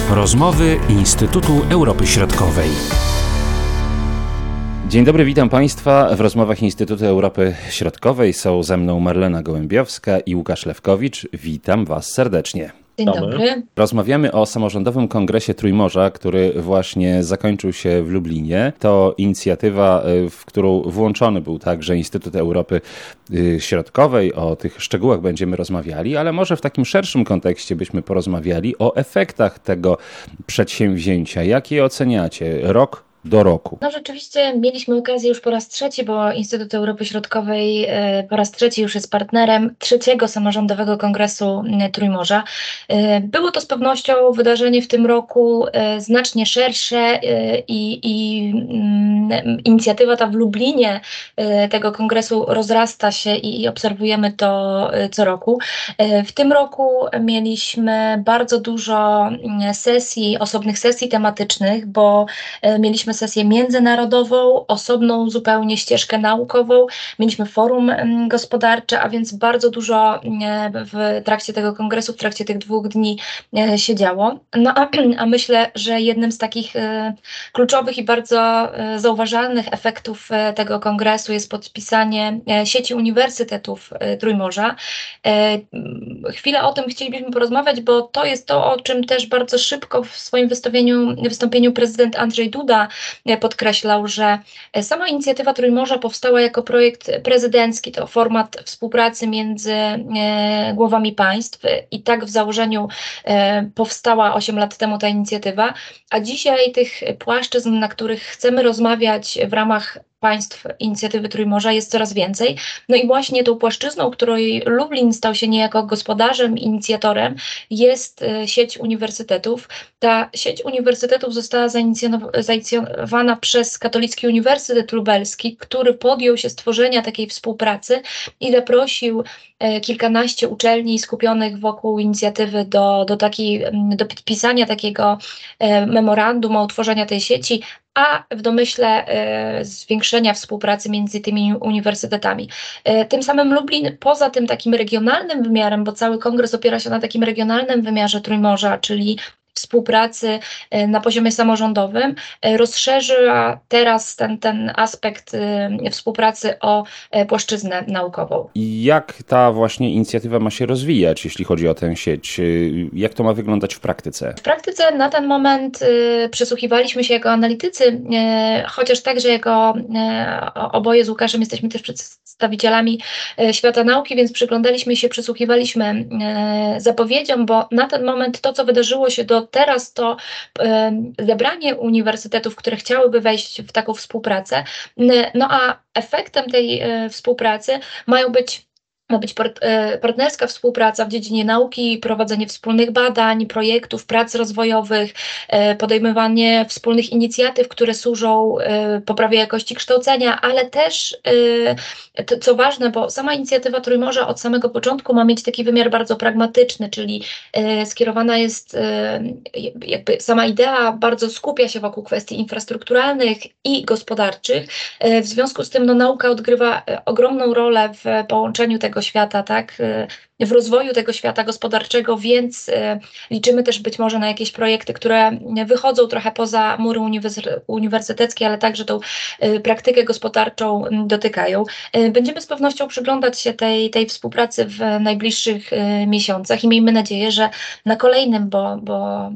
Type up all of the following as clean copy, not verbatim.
Rozmowy Instytutu Europy Środkowej. Dzień dobry, witam Państwa w rozmowach Instytutu Europy Środkowej. Są ze mną Marlena Gołębiowska i Łukasz Lewkowicz. Witam Was serdecznie. Dzień dobry. Rozmawiamy o samorządowym kongresie Trójmorza, który właśnie zakończył się w Lublinie. To inicjatywa, w którą włączony był także Instytut Europy Środkowej. O tych szczegółach będziemy rozmawiali, ale może w takim szerszym kontekście byśmy porozmawiali o efektach tego przedsięwzięcia. Jak je oceniacie rok do roku? No rzeczywiście mieliśmy okazję już po raz trzeci, bo Instytut Europy Środkowej po raz trzeci już jest partnerem trzeciego samorządowego kongresu Trójmorza. Było to z pewnością wydarzenie w tym roku znacznie szersze i inicjatywa ta w Lublinie tego kongresu rozrasta się i obserwujemy to co roku. W tym roku mieliśmy bardzo dużo sesji, osobnych sesji tematycznych, bo mieliśmy sesję międzynarodową, osobną zupełnie ścieżkę naukową, mieliśmy forum gospodarcze, a więc bardzo dużo w trakcie tego kongresu, w trakcie tych 2 dni się działo. No a myślę, że jednym z takich kluczowych i bardzo zauważalnych efektów tego kongresu jest podpisanie sieci uniwersytetów Trójmorza. Chwilę o tym chcielibyśmy porozmawiać, bo to jest to, o czym też bardzo szybko w swoim wystąpieniu prezydent Andrzej Duda podkreślał, że sama inicjatywa Trójmorza powstała jako projekt prezydencki, to format współpracy między głowami państw i tak w założeniu powstała 8 lat temu ta inicjatywa, a dzisiaj tych płaszczyzn, na których chcemy rozmawiać w ramach państw inicjatywy Trójmorza jest coraz więcej. No i właśnie tą płaszczyzną, której Lublin stał się niejako gospodarzem, inicjatorem, jest sieć uniwersytetów. Ta sieć uniwersytetów została zainicjowana przez Katolicki Uniwersytet Lubelski, który podjął się stworzenia takiej współpracy i zaprosił kilkanaście uczelni skupionych wokół inicjatywy do podpisania takiego memorandum o utworzeniu tej sieci, a w domyśle zwiększenia współpracy między tymi uniwersytetami. Tym samym Lublin, poza tym takim regionalnym wymiarem, bo cały kongres opiera się na takim regionalnym wymiarze Trójmorza, czyli współpracy na poziomie samorządowym, rozszerzyła teraz ten aspekt współpracy o płaszczyznę naukową. I jak ta właśnie inicjatywa ma się rozwijać, jeśli chodzi o tę sieć? Jak to ma wyglądać w praktyce? W praktyce na ten moment przysłuchiwaliśmy się jako analitycy, chociaż także jako oboje z Łukaszem jesteśmy też przedstawicielami świata nauki, więc przyglądaliśmy się, przysłuchiwaliśmy zapowiedziom, bo na ten moment to, co wydarzyło się do teraz, to zebranie uniwersytetów, które chciałyby wejść w taką współpracę. No a efektem tej współpracy ma być partnerska współpraca w dziedzinie nauki, prowadzenie wspólnych badań, projektów, prac rozwojowych, podejmowanie wspólnych inicjatyw, które służą poprawie jakości kształcenia, ale też, co ważne, bo sama inicjatywa Trójmorza od samego początku ma mieć taki wymiar bardzo pragmatyczny, czyli skierowana jest, jakby sama idea bardzo skupia się wokół kwestii infrastrukturalnych i gospodarczych. W związku z tym nauka odgrywa ogromną rolę w połączeniu tego świata, tak, w rozwoju tego świata gospodarczego, więc liczymy też być może na jakieś projekty, które wychodzą trochę poza mury uniwersyteckie, ale także tą praktykę gospodarczą dotykają. Będziemy z pewnością przyglądać się tej współpracy w najbliższych miesiącach i miejmy nadzieję, że na kolejnym, bo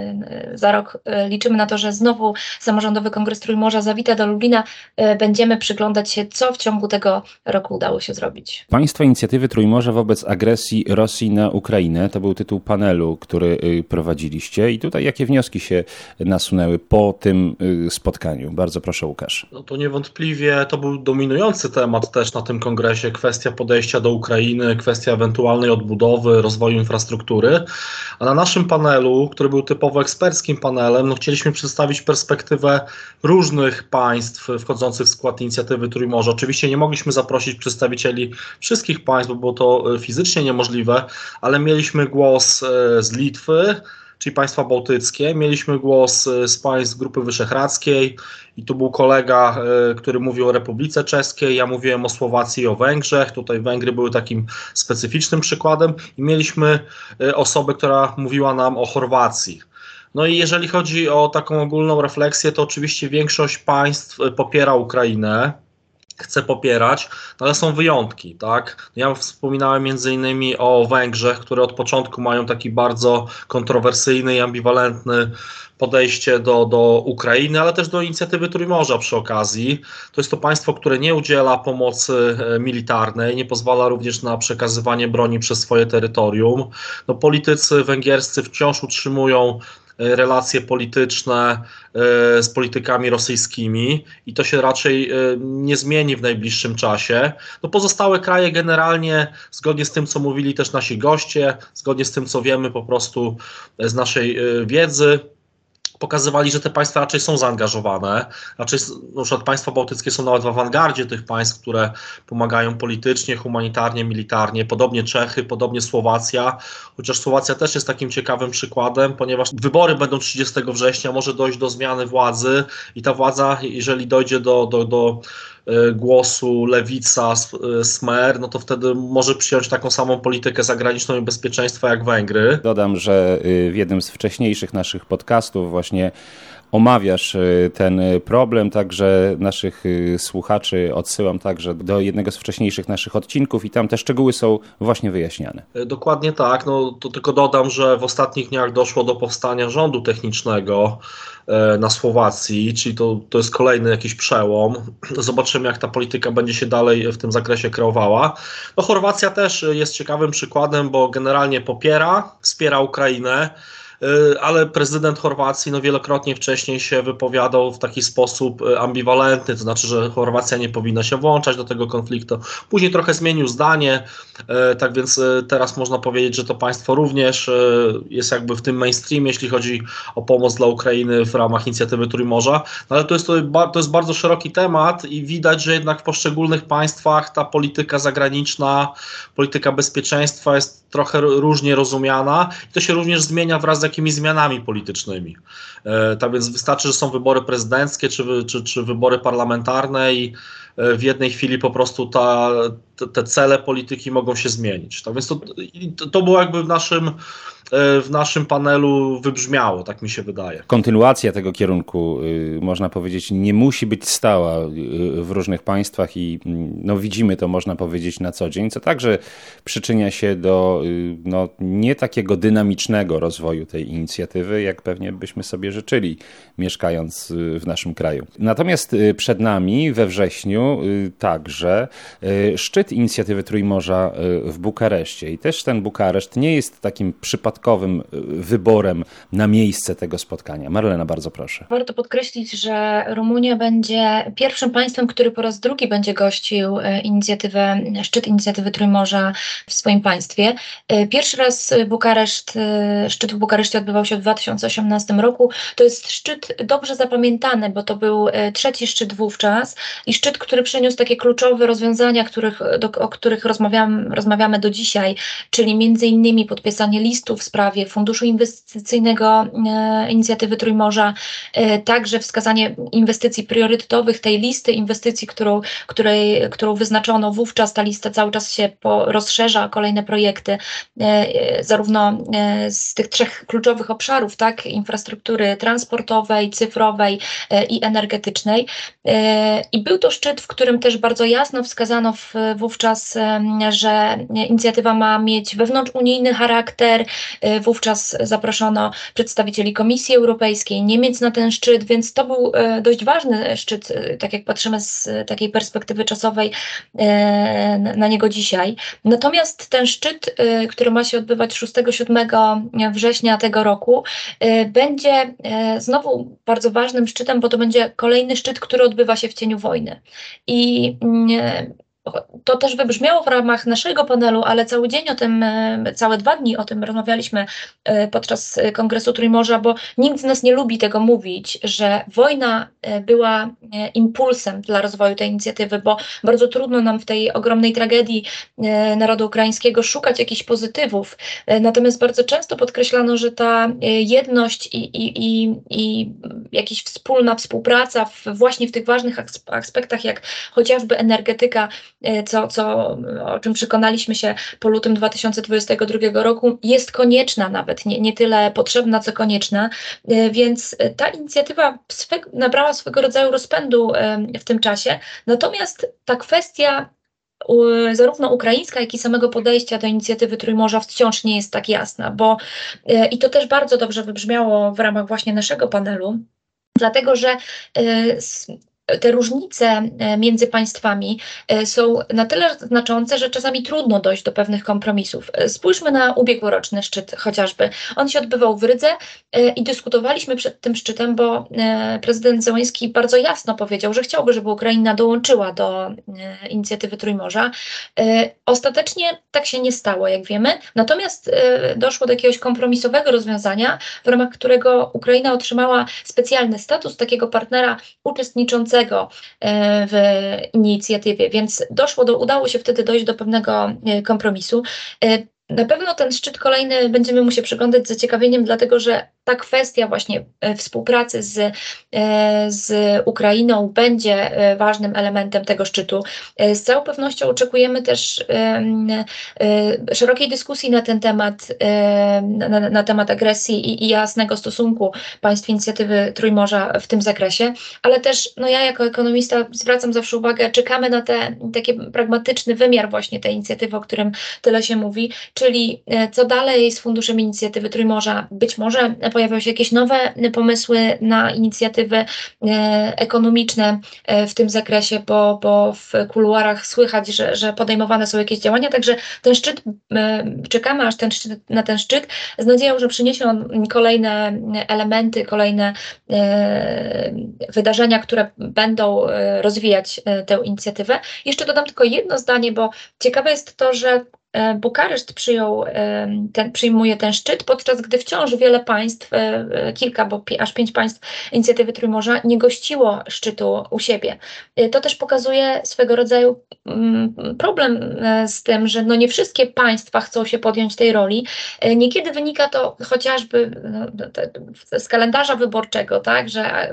za rok liczymy na to, że znowu Samorządowy Kongres Trójmorza zawita do Lublina, będziemy przyglądać się, co w ciągu tego roku udało się zrobić. Państwa inicjatywy Trójmorza wobec agresji Rosji na Ukrainę. To był tytuł panelu, który prowadziliście. I tutaj jakie wnioski się nasunęły po tym spotkaniu? Bardzo proszę, Łukasz. No to niewątpliwie to był dominujący temat też na tym kongresie. Kwestia podejścia do Ukrainy, kwestia ewentualnej odbudowy, rozwoju infrastruktury. A na naszym panelu, który był typowo eksperckim panelem, chcieliśmy przedstawić perspektywę różnych państw wchodzących w skład inicjatywy Trójmorza. Oczywiście nie mogliśmy zaprosić przedstawicieli wszystkich państw, bo było to fizycznie niemożliwe, ale mieliśmy głos z Litwy, czyli państwa bałtyckie, mieliśmy głos z państw Grupy Wyszehradzkiej i tu był kolega, który mówił o Republice Czeskiej, ja mówiłem o Słowacji i o Węgrzech, tutaj Węgry były takim specyficznym przykładem i mieliśmy osobę, która mówiła nam o Chorwacji. No i jeżeli chodzi o taką ogólną refleksję, to oczywiście większość państw popiera Ukrainę, chce popierać, no ale są wyjątki, tak? Ja wspominałem między innymi o Węgrzech, które od początku mają taki bardzo kontrowersyjny i ambiwalentny podejście do Ukrainy, ale też do inicjatywy Trójmorza przy okazji. To jest to państwo, które nie udziela pomocy militarnej, nie pozwala również na przekazywanie broni przez swoje terytorium. No, politycy węgierscy wciąż utrzymują relacje polityczne z politykami rosyjskimi i to się raczej nie zmieni w najbliższym czasie. No pozostałe kraje generalnie, zgodnie z tym, co mówili też nasi goście, zgodnie z tym, co wiemy po prostu z naszej wiedzy, pokazywali, że te państwa raczej są zaangażowane. Raczej na przykład państwa bałtyckie są nawet w awangardzie tych państw, które pomagają politycznie, humanitarnie, militarnie. Podobnie Czechy, podobnie Słowacja. Chociaż Słowacja też jest takim ciekawym przykładem, ponieważ wybory będą 30 września, może dojść do zmiany władzy i ta władza, jeżeli dojdzie do głosu lewica, Smer, no to wtedy może przyjąć taką samą politykę zagraniczną i bezpieczeństwa jak Węgry. Dodam, że w jednym z wcześniejszych naszych podcastów właśnie omawiasz ten problem, także naszych słuchaczy odsyłam także do jednego z wcześniejszych naszych odcinków i tam te szczegóły są właśnie wyjaśniane. Dokładnie tak, no to tylko dodam, że w ostatnich dniach doszło do powstania rządu technicznego na Słowacji, czyli to jest kolejny jakiś przełom. Zobaczymy, jak ta polityka będzie się dalej w tym zakresie kreowała. No, Chorwacja też jest ciekawym przykładem, bo generalnie wspiera Ukrainę, ale prezydent Chorwacji wielokrotnie wcześniej się wypowiadał w taki sposób ambiwalentny, to znaczy, że Chorwacja nie powinna się włączać do tego konfliktu. Później trochę zmienił zdanie, tak więc teraz można powiedzieć, że to państwo również jest jakby w tym mainstreamie, jeśli chodzi o pomoc dla Ukrainy w ramach inicjatywy Trójmorza, no ale to jest bardzo szeroki temat i widać, że jednak w poszczególnych państwach ta polityka zagraniczna, polityka bezpieczeństwa jest trochę różnie rozumiana i to się również zmienia wraz z jakimiś zmianami politycznymi. Tak więc wystarczy, że są wybory prezydenckie czy wybory parlamentarne i w jednej chwili po prostu te cele polityki mogą się zmienić. Tak więc to było jakby w naszym panelu wybrzmiało, tak mi się wydaje. Kontynuacja tego kierunku, można powiedzieć, nie musi być stała w różnych państwach i widzimy to, można powiedzieć, na co dzień, co także przyczynia się do nie takiego dynamicznego rozwoju tej inicjatywy, jak pewnie byśmy sobie życzyli, mieszkając w naszym kraju. Natomiast przed nami we wrześniu także szczyt inicjatywy Trójmorza w Bukareszcie i też ten Bukareszt nie jest takim przypadkowym wyborem na miejsce tego spotkania. Marlena, bardzo proszę. Warto podkreślić, że Rumunia będzie pierwszym państwem, który po raz drugi będzie gościł szczyt inicjatywy Trójmorza w swoim państwie. Pierwszy raz szczyt w Bukareszcie odbywał się w 2018 roku. To jest szczyt dobrze zapamiętany, bo to był trzeci szczyt wówczas i szczyt, który przyniósł takie kluczowe rozwiązania, o których rozmawiamy do dzisiaj, czyli między innymi podpisanie listu w sprawie Funduszu Inwestycyjnego inicjatywy Trójmorza, także wskazanie inwestycji priorytetowych, tej listy inwestycji, którą wyznaczono wówczas. Ta lista cały czas się rozszerza, kolejne projekty, zarówno z tych trzech kluczowych obszarów, tak, infrastruktury transportowej, cyfrowej i energetycznej. I był to szczyt, w którym też bardzo jasno wskazano wówczas, że inicjatywa ma mieć wewnątrzunijny charakter. Wówczas zaproszono przedstawicieli Komisji Europejskiej, Niemiec na ten szczyt, więc to był dość ważny szczyt, tak jak patrzymy z takiej perspektywy czasowej na niego dzisiaj. Natomiast ten szczyt, który ma się odbywać 6-7 września tego roku, będzie znowu bardzo ważnym szczytem, bo to będzie kolejny szczyt, który odbywa się w cieniu wojny. I to też wybrzmiało w ramach naszego panelu, ale cały dzień całe 2 dni o tym rozmawialiśmy podczas Kongresu Trójmorza, bo nikt z nas nie lubi tego mówić, że wojna była impulsem dla rozwoju tej inicjatywy, bo bardzo trudno nam w tej ogromnej tragedii narodu ukraińskiego szukać jakichś pozytywów. Natomiast bardzo często podkreślano, że ta jedność i jakaś wspólna współpraca właśnie w tych ważnych aspektach, jak chociażby energetyka, o czym przekonaliśmy się po lutym 2022 roku, jest konieczna nawet, nie tyle potrzebna, co konieczna, więc ta inicjatywa nabrała swego rodzaju rozpędu w tym czasie, natomiast ta kwestia zarówno ukraińska, jak i samego podejścia do inicjatywy Trójmorza wciąż nie jest tak jasna, bo i to też bardzo dobrze wybrzmiało w ramach właśnie naszego panelu, dlatego że te różnice między państwami są na tyle znaczące, że czasami trudno dojść do pewnych kompromisów. Spójrzmy na ubiegłoroczny szczyt chociażby. On się odbywał w Rydze i dyskutowaliśmy przed tym szczytem, bo prezydent Zełenski bardzo jasno powiedział, że chciałby, żeby Ukraina dołączyła do inicjatywy Trójmorza. Ostatecznie tak się nie stało, jak wiemy. Natomiast doszło do jakiegoś kompromisowego rozwiązania, w ramach którego Ukraina otrzymała specjalny status takiego partnera uczestniczącego w inicjatywie, więc udało się wtedy dojść do pewnego kompromisu. Na pewno ten szczyt kolejny będziemy mu się przyglądać z zaciekawieniem, dlatego że ta kwestia właśnie współpracy z Ukrainą będzie ważnym elementem tego szczytu. Z całą pewnością oczekujemy też szerokiej dyskusji na ten temat, na temat agresji i jasnego stosunku państw inicjatywy Trójmorza w tym zakresie, ale też ja jako ekonomista zwracam zawsze uwagę, czekamy na taki pragmatyczny wymiar właśnie tej inicjatywy, o którym tyle się mówi, czyli co dalej z funduszem inicjatywy Trójmorza. Być może pojawią się jakieś nowe pomysły na inicjatywy ekonomiczne w tym zakresie, bo w kuluarach słychać, że podejmowane są jakieś działania, także ten szczyt, czekamy na ten szczyt z nadzieją, że przyniesie on kolejne elementy, kolejne wydarzenia, które będą rozwijać tę inicjatywę. Jeszcze dodam tylko jedno zdanie, bo ciekawe jest to, że Bukareszt przyjmuje ten szczyt, podczas gdy wciąż wiele państw, kilka, bo aż 5 państw inicjatywy Trójmorza nie gościło szczytu u siebie. To też pokazuje swego rodzaju problem z tym, że nie wszystkie państwa chcą się podjąć tej roli. Niekiedy wynika to chociażby z kalendarza wyborczego, tak,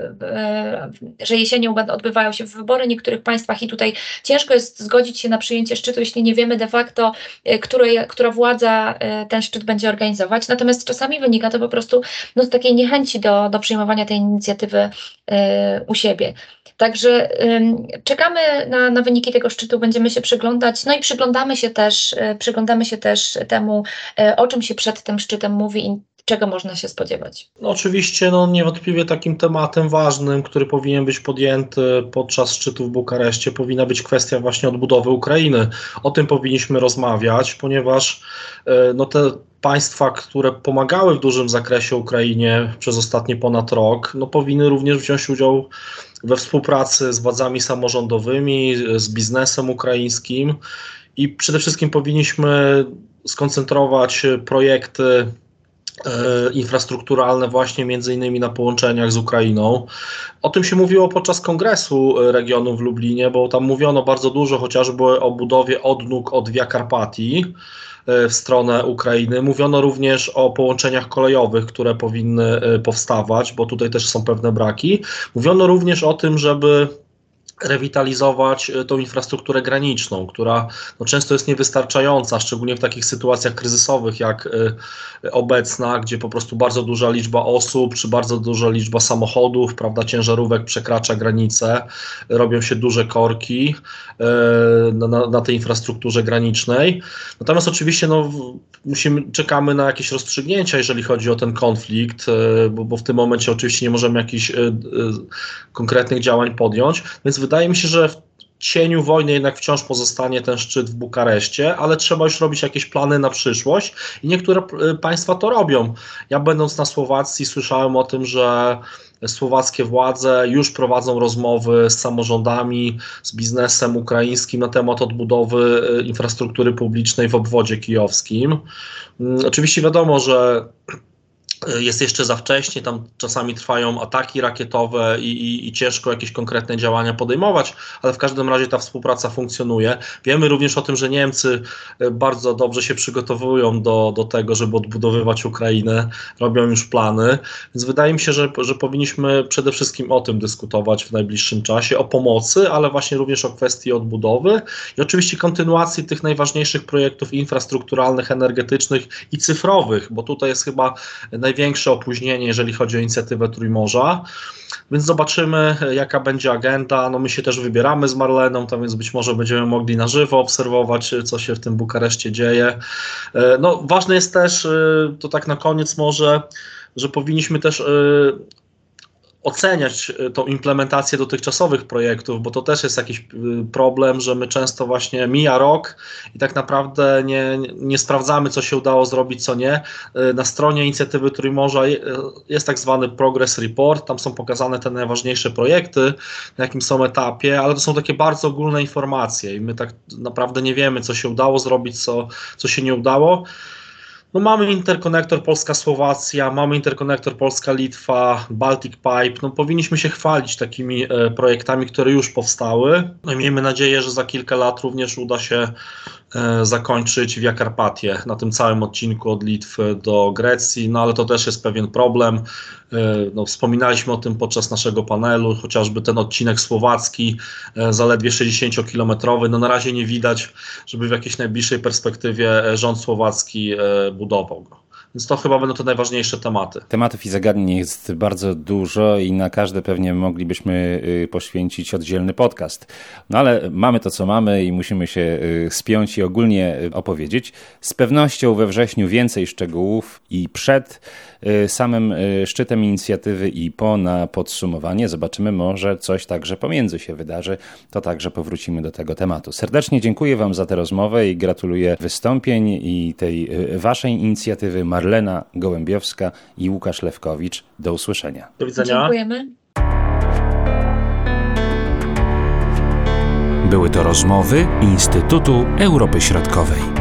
że jesienią odbywają się wybory w niektórych państwach i tutaj ciężko jest zgodzić się na przyjęcie szczytu, jeśli nie wiemy de facto, która władza ten szczyt będzie organizować. Natomiast czasami wynika to po prostu z takiej niechęci do przyjmowania tej inicjatywy u siebie. Także czekamy na wyniki tego szczytu, będziemy się przyglądać, i przyglądamy się też temu, o czym się przed tym szczytem mówi i czego można się spodziewać. Oczywiście niewątpliwie takim tematem ważnym, który powinien być podjęty podczas szczytu w Bukareszcie, powinna być kwestia właśnie odbudowy Ukrainy. O tym powinniśmy rozmawiać, ponieważ te państwa, które pomagały w dużym zakresie Ukrainie przez ostatni ponad rok, powinny również wziąć udział we współpracy z władzami samorządowymi, z biznesem ukraińskim i przede wszystkim powinniśmy skoncentrować projekty infrastrukturalne właśnie między innymi na połączeniach z Ukrainą. O tym się mówiło podczas kongresu regionu w Lublinie, bo tam mówiono bardzo dużo chociażby o budowie odnóg od Via Carpatii w stronę Ukrainy. Mówiono również o połączeniach kolejowych, które powinny powstawać, bo tutaj też są pewne braki. Mówiono również o tym, żeby rewitalizować tą infrastrukturę graniczną, która często jest niewystarczająca, szczególnie w takich sytuacjach kryzysowych jak obecna, gdzie po prostu bardzo duża liczba osób, czy bardzo duża liczba samochodów, ciężarówek przekracza granicę, robią się duże korki na tej infrastrukturze granicznej. Natomiast oczywiście czekamy na jakieś rozstrzygnięcia, jeżeli chodzi o ten konflikt, bo w tym momencie oczywiście nie możemy jakichś konkretnych działań podjąć, więc wydaje mi się, że w cieniu wojny jednak wciąż pozostanie ten szczyt w Bukareszcie, ale trzeba już robić jakieś plany na przyszłość i niektóre państwa to robią. Ja będąc na Słowacji słyszałem o tym, że słowackie władze już prowadzą rozmowy z samorządami, z biznesem ukraińskim na temat odbudowy infrastruktury publicznej w obwodzie kijowskim. Oczywiście wiadomo, że jest jeszcze za wcześnie, tam czasami trwają ataki rakietowe i ciężko jakieś konkretne działania podejmować, ale w każdym razie ta współpraca funkcjonuje. Wiemy również o tym, że Niemcy bardzo dobrze się przygotowują do tego, żeby odbudowywać Ukrainę, robią już plany, więc wydaje mi się, że powinniśmy przede wszystkim o tym dyskutować w najbliższym czasie, o pomocy, ale właśnie również o kwestii odbudowy i oczywiście kontynuacji tych najważniejszych projektów infrastrukturalnych, energetycznych i cyfrowych, bo tutaj jest chyba największe opóźnienie, jeżeli chodzi o inicjatywę Trójmorza, więc zobaczymy, jaka będzie agenda. No my się też wybieramy z Marleną, to więc być może będziemy mogli na żywo obserwować, co się w tym Bukareszcie dzieje. No ważne jest też, to tak na koniec może, że powinniśmy też oceniać tą implementację dotychczasowych projektów, bo to też jest jakiś problem, że my często właśnie mija rok i tak naprawdę nie sprawdzamy, co się udało zrobić, co nie. Na stronie inicjatywy Trójmorza jest tak zwany Progress Report, tam są pokazane te najważniejsze projekty, na jakim są etapie, ale to są takie bardzo ogólne informacje i my tak naprawdę nie wiemy, co się udało zrobić, co się nie udało. No mamy interkonektor Polska-Słowacja, mamy interkonektor Polska-Litwa, Baltic Pipe. No powinniśmy się chwalić takimi projektami, które już powstały. No i miejmy nadzieję, że za kilka lat również uda się zakończyć Via Carpatię na tym całym odcinku od Litwy do Grecji, no ale to też jest pewien problem. No, wspominaliśmy o tym podczas naszego panelu, chociażby ten odcinek słowacki, zaledwie 60-kilometrowy, no na razie nie widać, żeby w jakiejś najbliższej perspektywie rząd słowacki budował go. Więc to chyba będą te najważniejsze tematy. Tematów i zagadnień jest bardzo dużo i na każde pewnie moglibyśmy poświęcić oddzielny podcast. No ale mamy to, co mamy i musimy się spiąć i ogólnie opowiedzieć. Z pewnością we wrześniu więcej szczegółów i przed samym szczytem inicjatywy i na podsumowanie zobaczymy, może coś także pomiędzy się wydarzy, to także powrócimy do tego tematu. Serdecznie dziękuję Wam za tę rozmowę i gratuluję wystąpień i tej Waszej inicjatywy. Marlena Gołębiowska i Łukasz Lewkowicz. Do usłyszenia. Do widzenia. Dziękujemy. Były to rozmowy Instytutu Europy Środkowej.